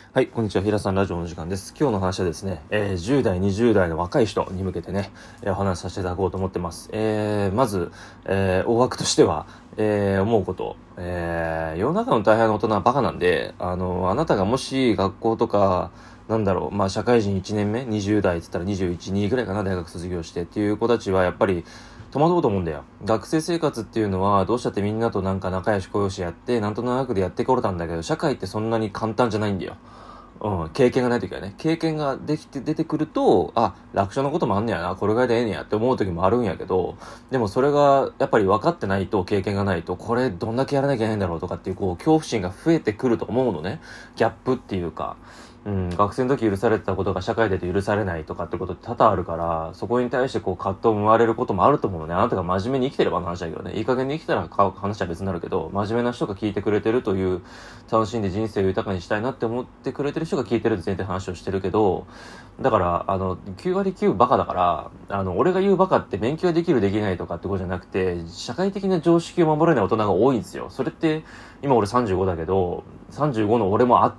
はい、こんにちは。平さんラジオの時間です。今日の話はですね、10代、20代の若い人に向けてね、お話しさせていただこうと思ってます。まず、大枠としては、思うこと、世の中の大半の大人はバカなんで、あなたがもし学校とか、社会人1年目、20代って言ったら21、2ぐらいかな、大学卒業してっていう子たちはやっぱり戸惑うと思うんだよ。学生生活っていうのはどうしたってみんなとなんか仲良し小良しやって、なんとなくでやってこれたんだけど、社会ってそんなに簡単じゃないんだよ。経験がないときはね、経験ができて出てくると、楽勝のこともあんねやな、これぐらいでええねやって思うときもあるんやけど、でもそれがやっぱり分かってないと、経験がないと、これどんだけやらなきゃいけないんだろうとかっていう、恐怖心が増えてくると思うのね。ギャップっていうか。学生の時許されてたことが社会で許されないとかってことって多々あるから、そこに対して葛藤を生まれることもあると思うのね。あなたが真面目に生きてればの話だけどね。いい加減に生きたら話は別になるけど、真面目な人が聞いてくれてるという、楽しんで人生を豊かにしたいなって思ってくれてる人が聞いてるって前提話をしてるけど、だから、9割9バカだから、俺が言うバカって勉強できるできないとかってことじゃなくて、社会的な常識を守れない大人が多いんですよ。それって、今俺35だけど、35の俺もあって、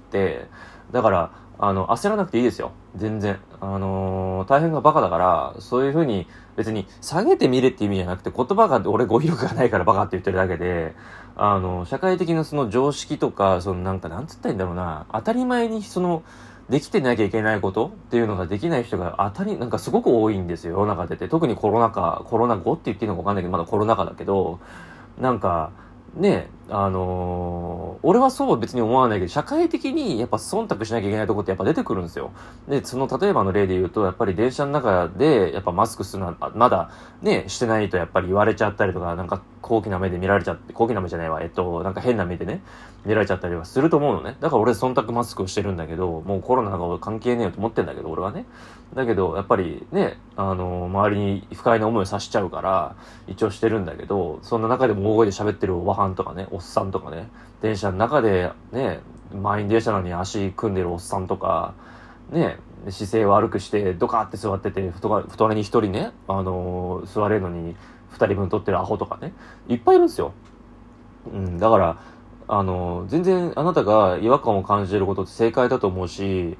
だから、焦らなくていいですよ。全然。大変がバカだから、そういうふうに別に下げてみれって意味じゃなくて、言葉が俺語彙力がないからバカって言ってるだけで、社会的なその常識とか、なんつったらいいんだろうな、当たり前にできてなきゃいけないことっていうのができない人がなんかすごく多いんですよ、世の中でて。特にコロナ後って言っていいのかわかんないけど、まだコロナ禍だけど、なんか、ね、俺はそうは別に思わないけど、社会的にやっぱ忖度しなきゃいけないとこってやっぱ出てくるんですよ。で、例えばの例で言うと、やっぱり電車の中で、やっぱマスクするのは、まだね、してないとやっぱり言われちゃったりとか、なんか高貴な目で見られちゃって、高貴な目じゃないわ、なんか変な目でね、見られちゃったりはすると思うのね。だから俺忖度マスクをしてるんだけど、もうコロナが関係ねえよと思ってんだけど、俺はね。だけど、やっぱりね、周りに不快な思いをさせちゃうから、一応してるんだけど、そんな中でも大声で喋ってるおばはんとかね、おっさんとかね、電車の中でね、満員電車なのに足組んでるおっさんとか、ね、姿勢を悪くしてドカーって座ってて、隣に一人ね、座れるのに二人分取ってるアホとかね、いっぱいいるんですよ。だから、全然あなたが違和感を感じていることって正解だと思うし、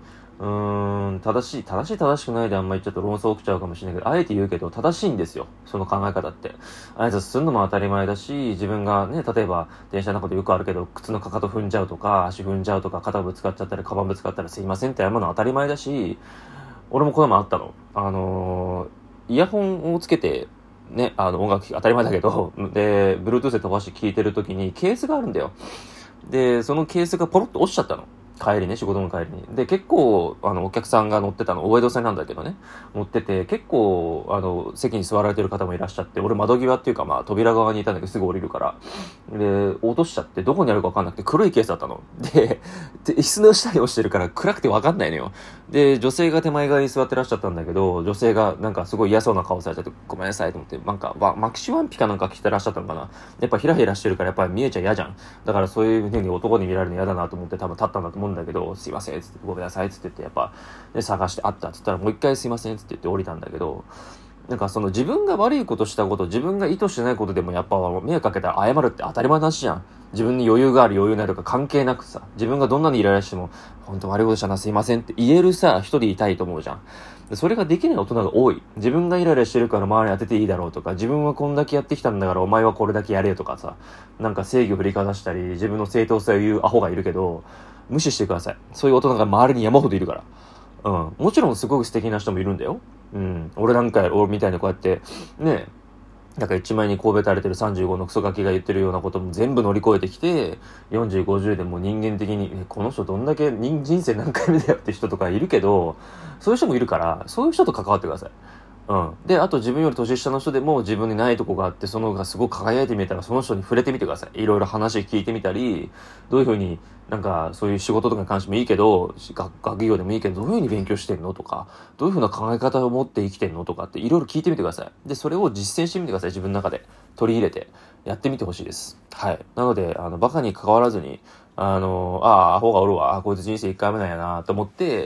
正しくないであんまりちょっと論争起きちゃうかもしれないけど、あえて言うけど、正しいんですよ。その考え方って。挨拶するのも当たり前だし、自分がね、例えば、電車の中でよくあるけど、靴のかかと踏んじゃうとか、足踏んじゃうとか、肩ぶつかっちゃったり、カバンぶつかったらすいませんって謝るのは当たり前だし、俺もこの前あったの。イヤホンをつけて、ね、音楽当たり前だけど、で、Bluetooth で飛ばして聴いてる時にケースがあるんだよ。で、そのケースがポロッと落ちちゃったの。帰りね、仕事の帰りに。で、結構、お客さんが乗ってたの、大江戸線なんだけどね、乗ってて、結構、席に座られてる方もいらっしゃって、俺窓際っていうか、扉側にいたんだけど、すぐ降りるから。で、落としちゃって、どこにあるかわかんなくて、黒いケースだったの。で、椅子の下に落ちてるから、暗くてわかんないのよ。で、女性が手前側に座ってらっしゃったんだけど、女性がなんかすごい嫌そうな顔されちゃって、ごめんなさいと思って、なんか、マキシワンピかなんか着てらっしゃったのかな。やっぱヒラヒラしてるから、やっぱり見えちゃ嫌じゃん。だからそういう風に男に見られるの嫌だなと思って多分立ったんだと思うんだけど、すいません、つって、ごめんなさい、つって言って、やっぱ、で、探して、あったっつったら、もう一回すいません、つって言って降りたんだけど、なんかその自分が悪いことしたこと、自分が意図してないことでもやっぱ迷惑かけたら謝るって当たり前な話じゃん。自分に余裕がある余裕ないとか関係なくさ、自分がどんなにイライラしても、本当悪いことしたな、すいませんって言えるさ、一人いたいと思うじゃん。それができない大人が多い。自分がイライラしてるから周りに当てていいだろうとか、自分はこんだけやってきたんだからお前はこれだけやれよとかさ、なんか正義を振りかざしたり、自分の正当性を言うアホがいるけど、無視してください。そういう大人が周りに山ほどいるから。もちろんすごく素敵な人もいるんだよ。俺みたいにこうやって、ね、なんか一枚に神戸垂れてる35のクソガキが言ってるようなことも全部乗り越えてきて、40、50でも人間的に、この人どんだけ人生何回目だよって人とかいるけど、そういう人もいるから、そういう人と関わってください。で、あと自分より年下の人でも自分にないとこがあって、そのがすごく輝いてみえたら、その人に触れてみてください。いろいろ話聞いてみたり、どういうふうに、なんかそういう仕事とかに関してもいいけど、学業でもいいけど、どういうふうに勉強してんのとか、どういうふうな考え方を持って生きてんのとかっていろいろ聞いてみてください。で、それを実践してみてください。自分の中で。取り入れて、やってみてほしいです。はい。なので、バカに関わらずに、アホがおるわ、こいつ人生1回目なんやなと思って、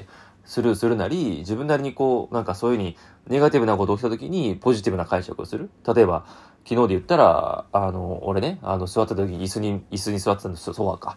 スルーするなり、自分なりになんかそういうふうに、ネガティブなこと起きた時に、ポジティブな解釈をする。例えば、昨日で言ったら、俺ね、座った時に椅子に座ってたんですよ、ソファーか。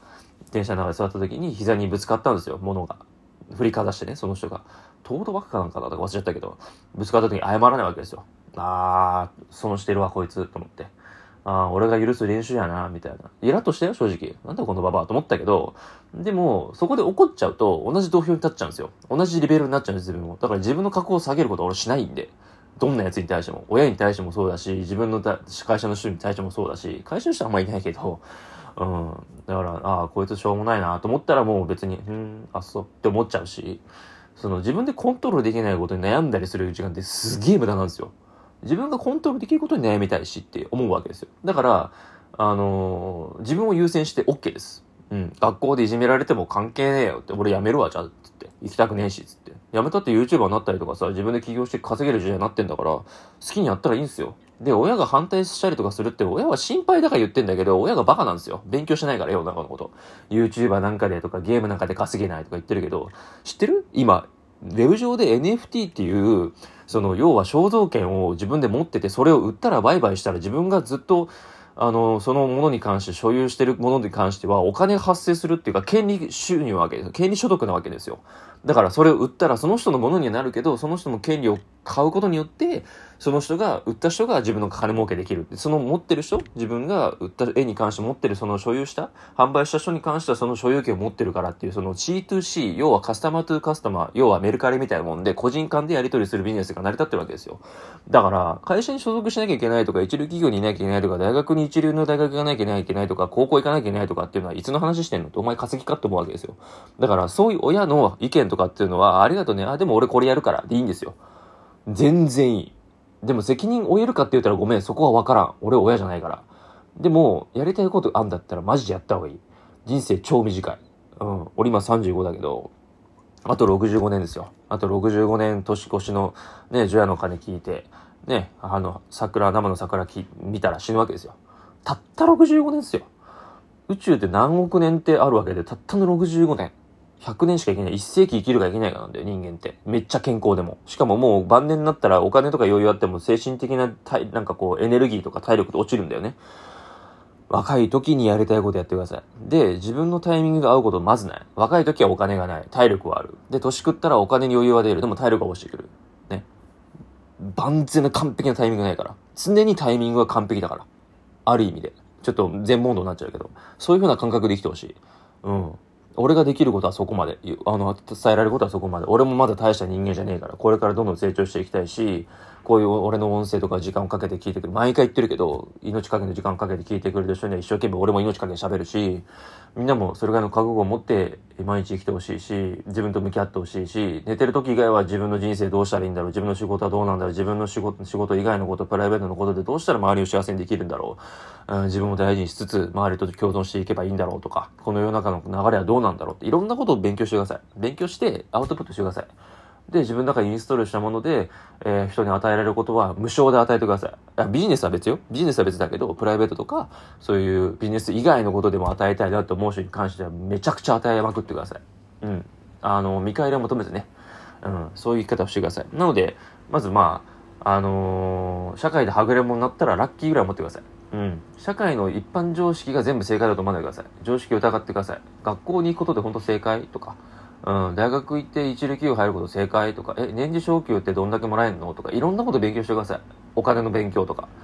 電車の中で座った時に膝にぶつかったんですよ、物が。振りかざしてね、その人が。トートバッグかなんかだとか忘れちゃったけど、ぶつかった時に謝らないわけですよ。そのしてるわ、こいつ、と思って。俺が許す練習やな、みたいな。イラッとしたよ、正直。なんだこのババアと思ったけど、でも、そこで怒っちゃうと、同じ土俵に立っちゃうんですよ。同じレベルになっちゃうんです、自分も。だから自分の格好を下げることは俺しないんで。どんな奴に対しても。親に対してもそうだし、自分の会社の人に対してもそうだし、会社の人はあんまりいないけど、だから、こいつしょうもないなと思ったらもう別に、そうって思っちゃうし、自分でコントロールできないことに悩んだりする時間ってすげえ無駄なんですよ。自分がコントロールできることに悩みたいしって思うわけですよ。だから、自分を優先して OK です。学校でいじめられても関係ねえよって、俺辞めるわ、じゃあ、つって。行きたくねえし、つって。辞めたって YouTuber になったりとかさ、自分で起業して稼げる時代になってんだから、好きにやったらいいんですよ。で、親が反対したりとかするって、親は心配だから言ってんだけど、親がバカなんですよ。勉強してないから世の中のこと。YouTuber なんかでとか、ゲームなんかで稼げないとか言ってるけど、知ってる？今、ウェブ上で NFT っていう、要は肖像権を自分で持ってて、それを売ったら売買したら自分がずっと、そのものに関して、所有してるものに関しては、お金が発生するっていうか、権利収入なわけです。権利所得なわけですよ。だからそれを売ったらその人のものにはなるけど、その人の権利を買うことによって、その人が、売った人が自分の金儲けできる。その持ってる人、自分が売った絵に関して持ってる、その所有した、販売した人に関してはその所有権を持ってるからっていう、その C2C、要はカスタマートゥカスタマー、要はメルカリみたいなもんで、個人間でやり取りするビジネスが成り立ってるわけですよ。だから、会社に所属しなきゃいけないとか、一流企業にいなきゃいけないとか、大学に一流の大学がなきゃいけないとか、高校行かなきゃいけないとかっていうのは、いつの話してんのって、お前稼ぎかって思うわけですよ。だから、そういう親の意見とかっていうのは、ありがとうね、でも俺これやるからでいいんですよ。全然いい。でも責任負えるかって言ったらごめん、そこはわからん。俺親じゃないから。でも、やりたいことあんだったらマジでやった方がいい。人生超短い。俺今35だけど、あと65年ですよ。あと65年年越しのね、除夜の鐘聞いて、ね、生の桜見たら死ぬわけですよ。たった65年ですよ。宇宙って何億年ってあるわけで、たったの65年。100年しか生きない。1世紀生きるか生きないかなんだよ、人間って。めっちゃ健康でも。しかももう晩年になったらお金とか余裕あっても精神的ななんかこうエネルギーとか体力って落ちるんだよね。若い時にやりたいことやってください。で、自分のタイミングが合うことまずない。若い時はお金がない。体力はある。で、年食ったらお金に余裕は出る。でも体力が落ちてくる。ね。万全な完璧なタイミングないから。常にタイミングが完璧だから。ある意味で。ちょっと全問答になっちゃうけど。そういう風な感覚で生きてほしい。俺ができることはそこまで。伝えられることはそこまで。俺もまだ大した人間じゃねえから、これからどんどん成長していきたいし、こういう俺の音声とか時間をかけて聞いてくる。毎回言ってるけど、命かけて時間かけて聞いてくれる人には一生懸命俺も命かけて喋るし、みんなもそれぐらいの覚悟を持って毎日生きてほしいし、自分と向き合ってほしいし、寝てる時以外は自分の人生どうしたらいいんだろう、自分の仕事はどうなんだろう、自分の仕事以外のこと、プライベートのことでどうしたら周りを幸せにできるんだろう、自分を大事にしつつ周りと共存していけばいいんだろうとか、この世の中の流れはどうなんだろうっていろんなことを勉強してください。勉強してアウトプットしてください。で、自分の中にインストールしたもので、人に与えられることは無償で与えてください。ビジネスは別よ。ビジネスは別だけど、プライベートとか、そういうビジネス以外のことでも与えたいなと思う人に関しては、めちゃくちゃ与えまくってください。見返りを求めずね。そういう生き方をしてください。なので、まず社会ではぐれ者になったらラッキーぐらい思ってください。社会の一般常識が全部正解だと思わないでください。常識を疑ってください。学校に行くことで本当正解とか、大学行って一流企業入ること正解とか、年次昇給ってどんだけもらえんのとか、いろんなこと勉強してください。お金の勉強とか。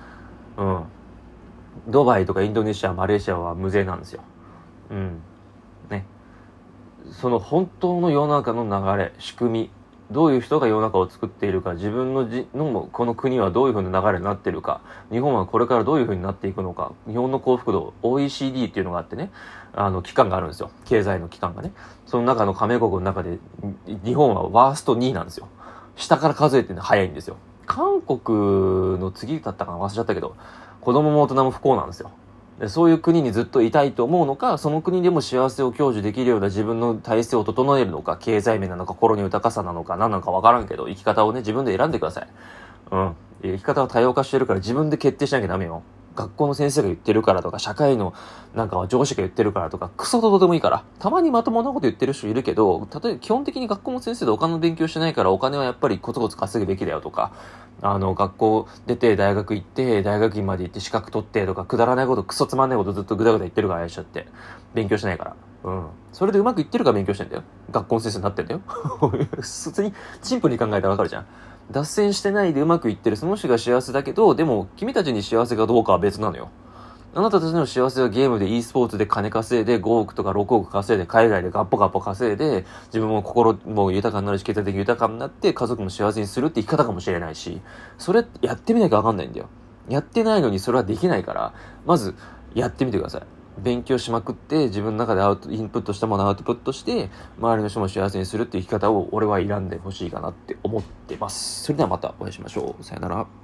ドバイとかインドネシア、マレーシアは無税なんですよ。ね。その本当の世の中の流れ、仕組み、どういう人が世の中を作っているか、自分のこの国はどういう風な流れになっているか、日本はこれからどういう風になっていくのか、日本の幸福度、OECD っていうのがあってね、機関があるんですよ。経済の機関がね。その中の加盟国の中で、日本はワースト2位なんですよ。下から数えて早いんですよ。韓国の次だったかな忘れちゃったけど、子供も大人も不幸なんですよ。でそういう国にずっといたいと思うのか、その国でも幸せを享受できるような自分の体制を整えるのか、経済面なのか、心に豊かさなのか、何なのか分からんけど、生き方をね、自分で選んでください。生き方は多様化してるから自分で決定しなきゃダメよ。学校の先生が言ってるからとか、社会のなんか上司が言ってるからとか、クソどうでもいいから。たまにまともなこと言ってる人いるけど、例えば基本的に学校の先生でお金の勉強してないからお金はやっぱりコツコツ稼ぐべきだよとか、学校出て大学行って、大学院まで行って資格取ってとか、くだらないこと、クソつまんないことずっとぐだぐだ言ってるから、あいつって。勉強しないから。 うん。それでうまくいってるから勉強してんだよ。学校の先生になってんだよ。普通にシンプルに考えたらわかるじゃん。脱線してないでうまくいってるその人が幸せだけど、でも君たちに幸せかどうかは別なのよ。あなたたちの幸せはゲームで e スポーツで金稼いで5億とか6億稼いで海外でガッポガッポ稼いで自分も心も豊かになるし経済的に豊かになって家族も幸せにするって生き方かもしれないし、それやってみなきゃわかんないんだよ。やってないのにそれはできないから、まずやってみてください。勉強しまくって自分の中でインプットしたものをアウトプットして周りの人も幸せにするっていう生き方を俺は選んでほしいかなって思ってます。それではまたお会いしましょう。さよなら。